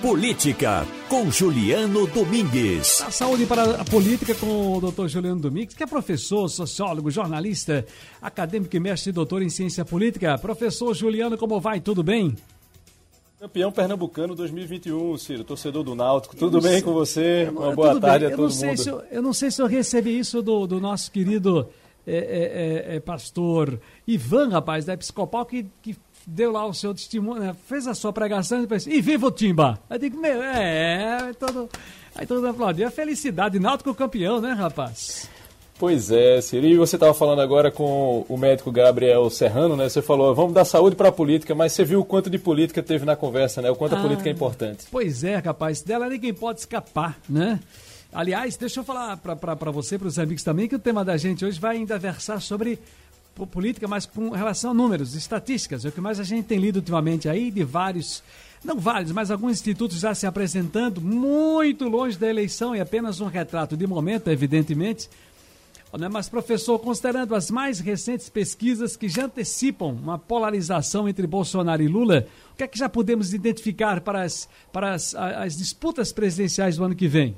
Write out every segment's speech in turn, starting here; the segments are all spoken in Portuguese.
Política, com Juliano Domingues. A saúde para a política com o Dr. Juliano Domingues, que é professor, sociólogo, jornalista, acadêmico e mestre e doutor em ciência política. Professor Juliano, como vai? Tudo bem? Campeão pernambucano 2021, Ciro, torcedor do Náutico. Tudo bem com você? Uma boa tudo tarde bem. a todo mundo. Eu não sei se eu recebi isso do nosso querido pastor Ivan, rapaz, da Episcopal, que deu lá o seu testemunho, né? Fez a sua pregação e depois, e viva o Timba! Eu digo, aí todo mundo aplaudiu. A felicidade, Náutico campeão, né, rapaz? Pois é, Ciro, e você estava falando agora com o médico Gabriel Serrano, né? Você falou, vamos dar saúde para a política, mas você viu o quanto de política teve na conversa, né? O quanto a política é importante. Pois é, rapaz, dela ninguém pode escapar, né? Aliás, deixa eu falar para você, para os amigos também, que o tema da gente hoje vai ainda versar sobre política, mas com relação a números, estatísticas. É o que mais a gente tem lido ultimamente aí, de vários, não vários, mas alguns institutos já se apresentando muito longe da eleição e apenas um retrato de momento, evidentemente. Mas, professor, considerando as mais recentes pesquisas que já antecipam uma polarização entre Bolsonaro e Lula, o que é que já podemos identificar para as disputas presidenciais do ano que vem?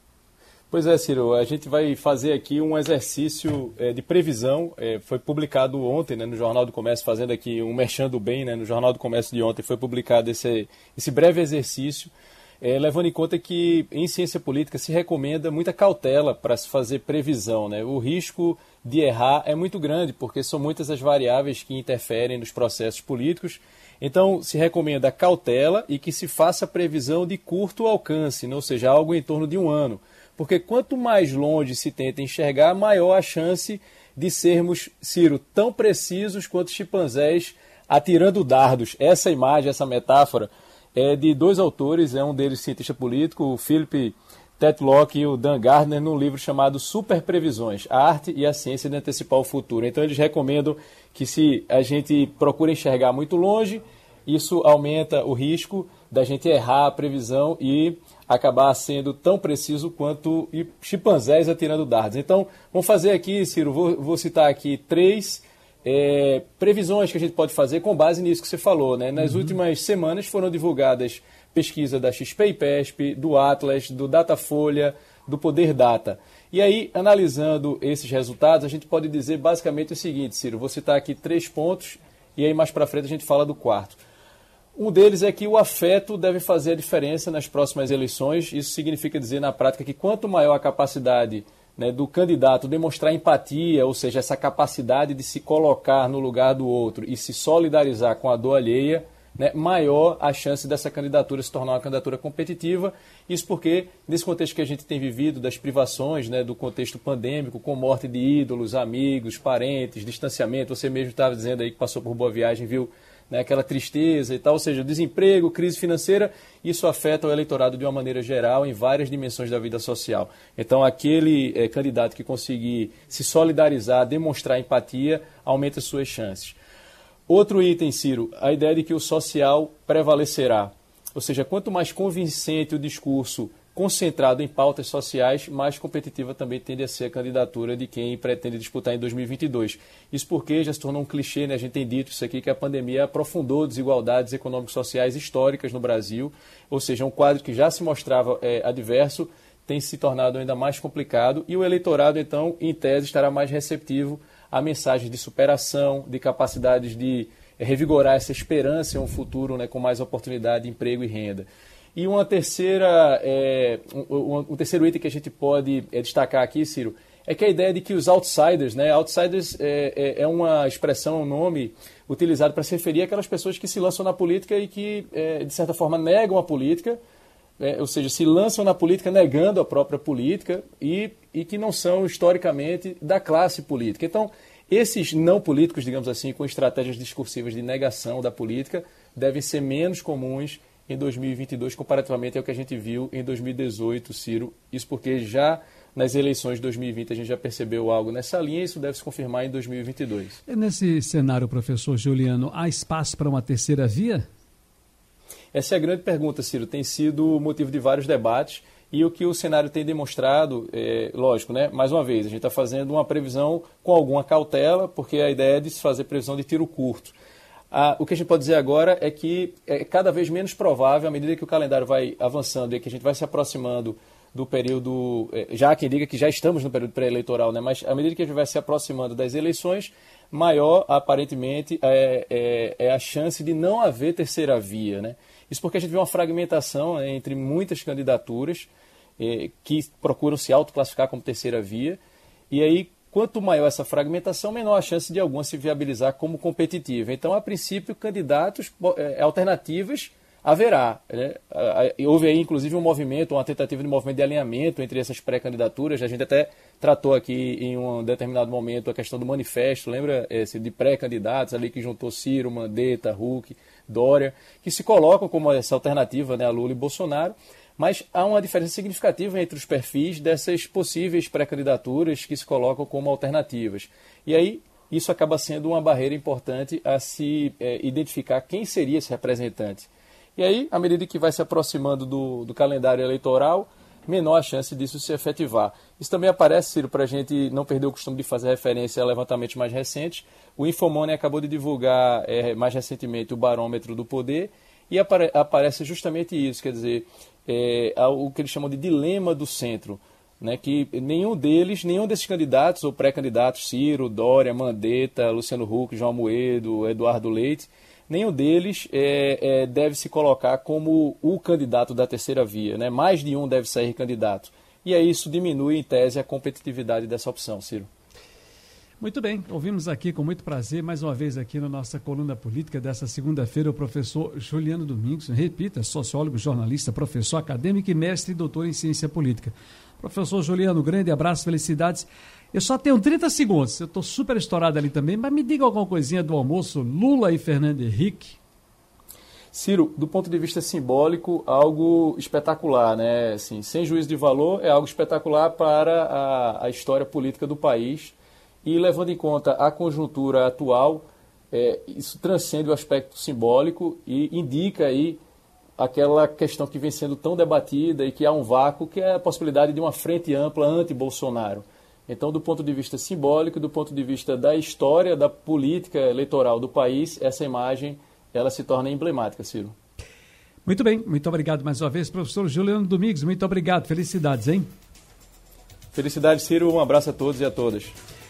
Pois é, Ciro, a gente vai fazer aqui um exercício de previsão. Foi publicado ontem, né, no Jornal do Comércio, fazendo aqui um merchan do bem, né, no Jornal do Comércio de ontem foi publicado esse breve exercício, levando em conta que em ciência política se recomenda muita cautela para se fazer previsão, né? O risco de errar é muito grande, porque são muitas as variáveis que interferem nos processos políticos. Então, se recomenda cautela e que se faça previsão de curto alcance, né? Ou seja, algo em torno de um ano. Porque quanto mais longe se tenta enxergar, maior a chance de sermos, Ciro, tão precisos quanto chimpanzés atirando dardos. Essa imagem, essa metáfora, é de dois autores, um deles cientista político, o Philip Tetlock e o Dan Gardner, num livro chamado Super Previsões, a arte e a ciência de antecipar o futuro. Então eles recomendam que se a gente procura enxergar muito longe, isso aumenta o risco da gente errar a previsão e acabar sendo tão preciso quanto chimpanzés atirando dardos. Então, vamos fazer aqui, Ciro, vou citar aqui 3 previsões que a gente pode fazer com base nisso que você falou, né? Nas últimas semanas foram divulgadas pesquisas da XP e PESP, do Atlas, do Datafolha, do Poder Data. E aí, analisando esses resultados, a gente pode dizer basicamente o seguinte, Ciro, vou citar aqui 3 pontos e aí mais para frente a gente fala do quarto. Um deles é que o afeto deve fazer a diferença nas próximas eleições. Isso significa dizer, na prática, que quanto maior a capacidade, né, do candidato demonstrar empatia, ou seja, essa capacidade de se colocar no lugar do outro e se solidarizar com a dor alheia, né, maior a chance dessa candidatura se tornar uma candidatura competitiva. Isso porque, nesse contexto que a gente tem vivido, das privações, né, do contexto pandêmico, com morte de ídolos, amigos, parentes, distanciamento, você mesmo estava dizendo aí que passou por Boa Viagem, viu, né, aquela tristeza e tal, ou seja, desemprego, crise financeira, isso afeta o eleitorado de uma maneira geral em várias dimensões da vida social. Então, aquele candidato que conseguir se solidarizar, demonstrar empatia, aumenta suas chances. Outro item, Ciro, a ideia de que o social prevalecerá. Ou seja, quanto mais convincente o discurso concentrado em pautas sociais, mais competitiva também tende a ser a candidatura de quem pretende disputar em 2022. Isso porque já se tornou um clichê, né? A gente tem dito isso aqui, que a pandemia aprofundou desigualdades econômico-sociais históricas no Brasil, ou seja, um quadro que já se mostrava adverso tem se tornado ainda mais complicado e o eleitorado, então, em tese, estará mais receptivo a mensagens de superação, de capacidades de revigorar essa esperança em um futuro, né, com mais oportunidade, emprego e renda. E um terceiro item que a gente pode destacar aqui, Ciro, é que a ideia de que os outsiders, né, outsiders é uma expressão, um nome utilizado para se referir àquelas pessoas que se lançam na política e que, de certa forma, negam a política, ou seja, se lançam na política negando a própria política e que não são, historicamente, da classe política. Então, esses não políticos, digamos assim, com estratégias discursivas de negação da política, devem ser menos comuns em 2022, comparativamente ao que a gente viu em 2018, Ciro. Isso porque já nas eleições de 2020 a gente já percebeu algo nessa linha e isso deve se confirmar em 2022. E nesse cenário, professor Juliano, há espaço para uma terceira via? Essa é a grande pergunta, Ciro. Tem sido motivo de vários debates e o que o cenário tem demonstrado, lógico, né? Mais uma vez, a gente está fazendo uma previsão com alguma cautela, porque a ideia é de se fazer previsão de tiro curto. O que a gente pode dizer agora é que é cada vez menos provável, à medida que o calendário vai avançando e que a gente vai se aproximando do período, já há quem diga que já estamos no período pré-eleitoral, né? Mas à medida que a gente vai se aproximando das eleições, maior, aparentemente, é a chance de não haver terceira via, né? Isso porque a gente vê uma fragmentação entre muitas candidaturas que procuram se autoclassificar como terceira via, e aí, quanto maior essa fragmentação, menor a chance de alguma se viabilizar como competitiva. Então, a princípio, candidatos, alternativas haverá, né? Houve aí, inclusive, um movimento, uma tentativa de movimento de alinhamento entre essas pré-candidaturas. A gente até tratou aqui em um determinado momento a questão do manifesto, lembra, de pré-candidatos ali que juntou Ciro, Mandetta, Huck, Dória, que se colocam como essa alternativa, né, a Lula e Bolsonaro, mas há uma diferença significativa entre os perfis dessas possíveis pré-candidaturas que se colocam como alternativas. E aí isso acaba sendo uma barreira importante a se identificar quem seria esse representante. E aí, à medida que vai se aproximando do calendário eleitoral, menor a chance disso se efetivar. Isso também aparece, Ciro, para a gente não perder o costume de fazer referência a levantamentos mais recentes. O Infomoney acabou de divulgar mais recentemente o barômetro do poder e aparece justamente isso, quer dizer, o que eles chamam de dilema do centro, né, que nenhum desses candidatos ou pré-candidatos, Ciro, Dória, Mandetta, Luciano Huck, João Amoedo, Eduardo Leite, nenhum deles deve se colocar como o candidato da terceira via, né? Mais de um deve sair candidato. E aí isso diminui, em tese, a competitividade dessa opção, Ciro. Muito bem, ouvimos aqui com muito prazer, mais uma vez aqui na nossa coluna política dessa segunda-feira, o professor Juliano Domingos, repita, sociólogo, jornalista, professor acadêmico e mestre e doutor em ciência política. Professor Juliano, grande abraço, felicidades. Eu só tenho 30 segundos, eu estou super estourado ali também, mas me diga alguma coisinha do almoço Lula e Fernando Henrique. Ciro, do ponto de vista simbólico, algo espetacular, né? Assim, sem juízo de valor, é algo espetacular para a história política do país. E levando em conta a conjuntura atual, isso transcende o aspecto simbólico e indica aí aquela questão que vem sendo tão debatida e que há um vácuo, que é a possibilidade de uma frente ampla anti-Bolsonaro. Então, do ponto de vista simbólico, do ponto de vista da história, da política eleitoral do país, essa imagem ela se torna emblemática, Ciro. Muito bem, muito obrigado mais uma vez, professor Juliano Domingos, muito obrigado, felicidades, hein? Felicidades, Ciro, um abraço a todos e a todas.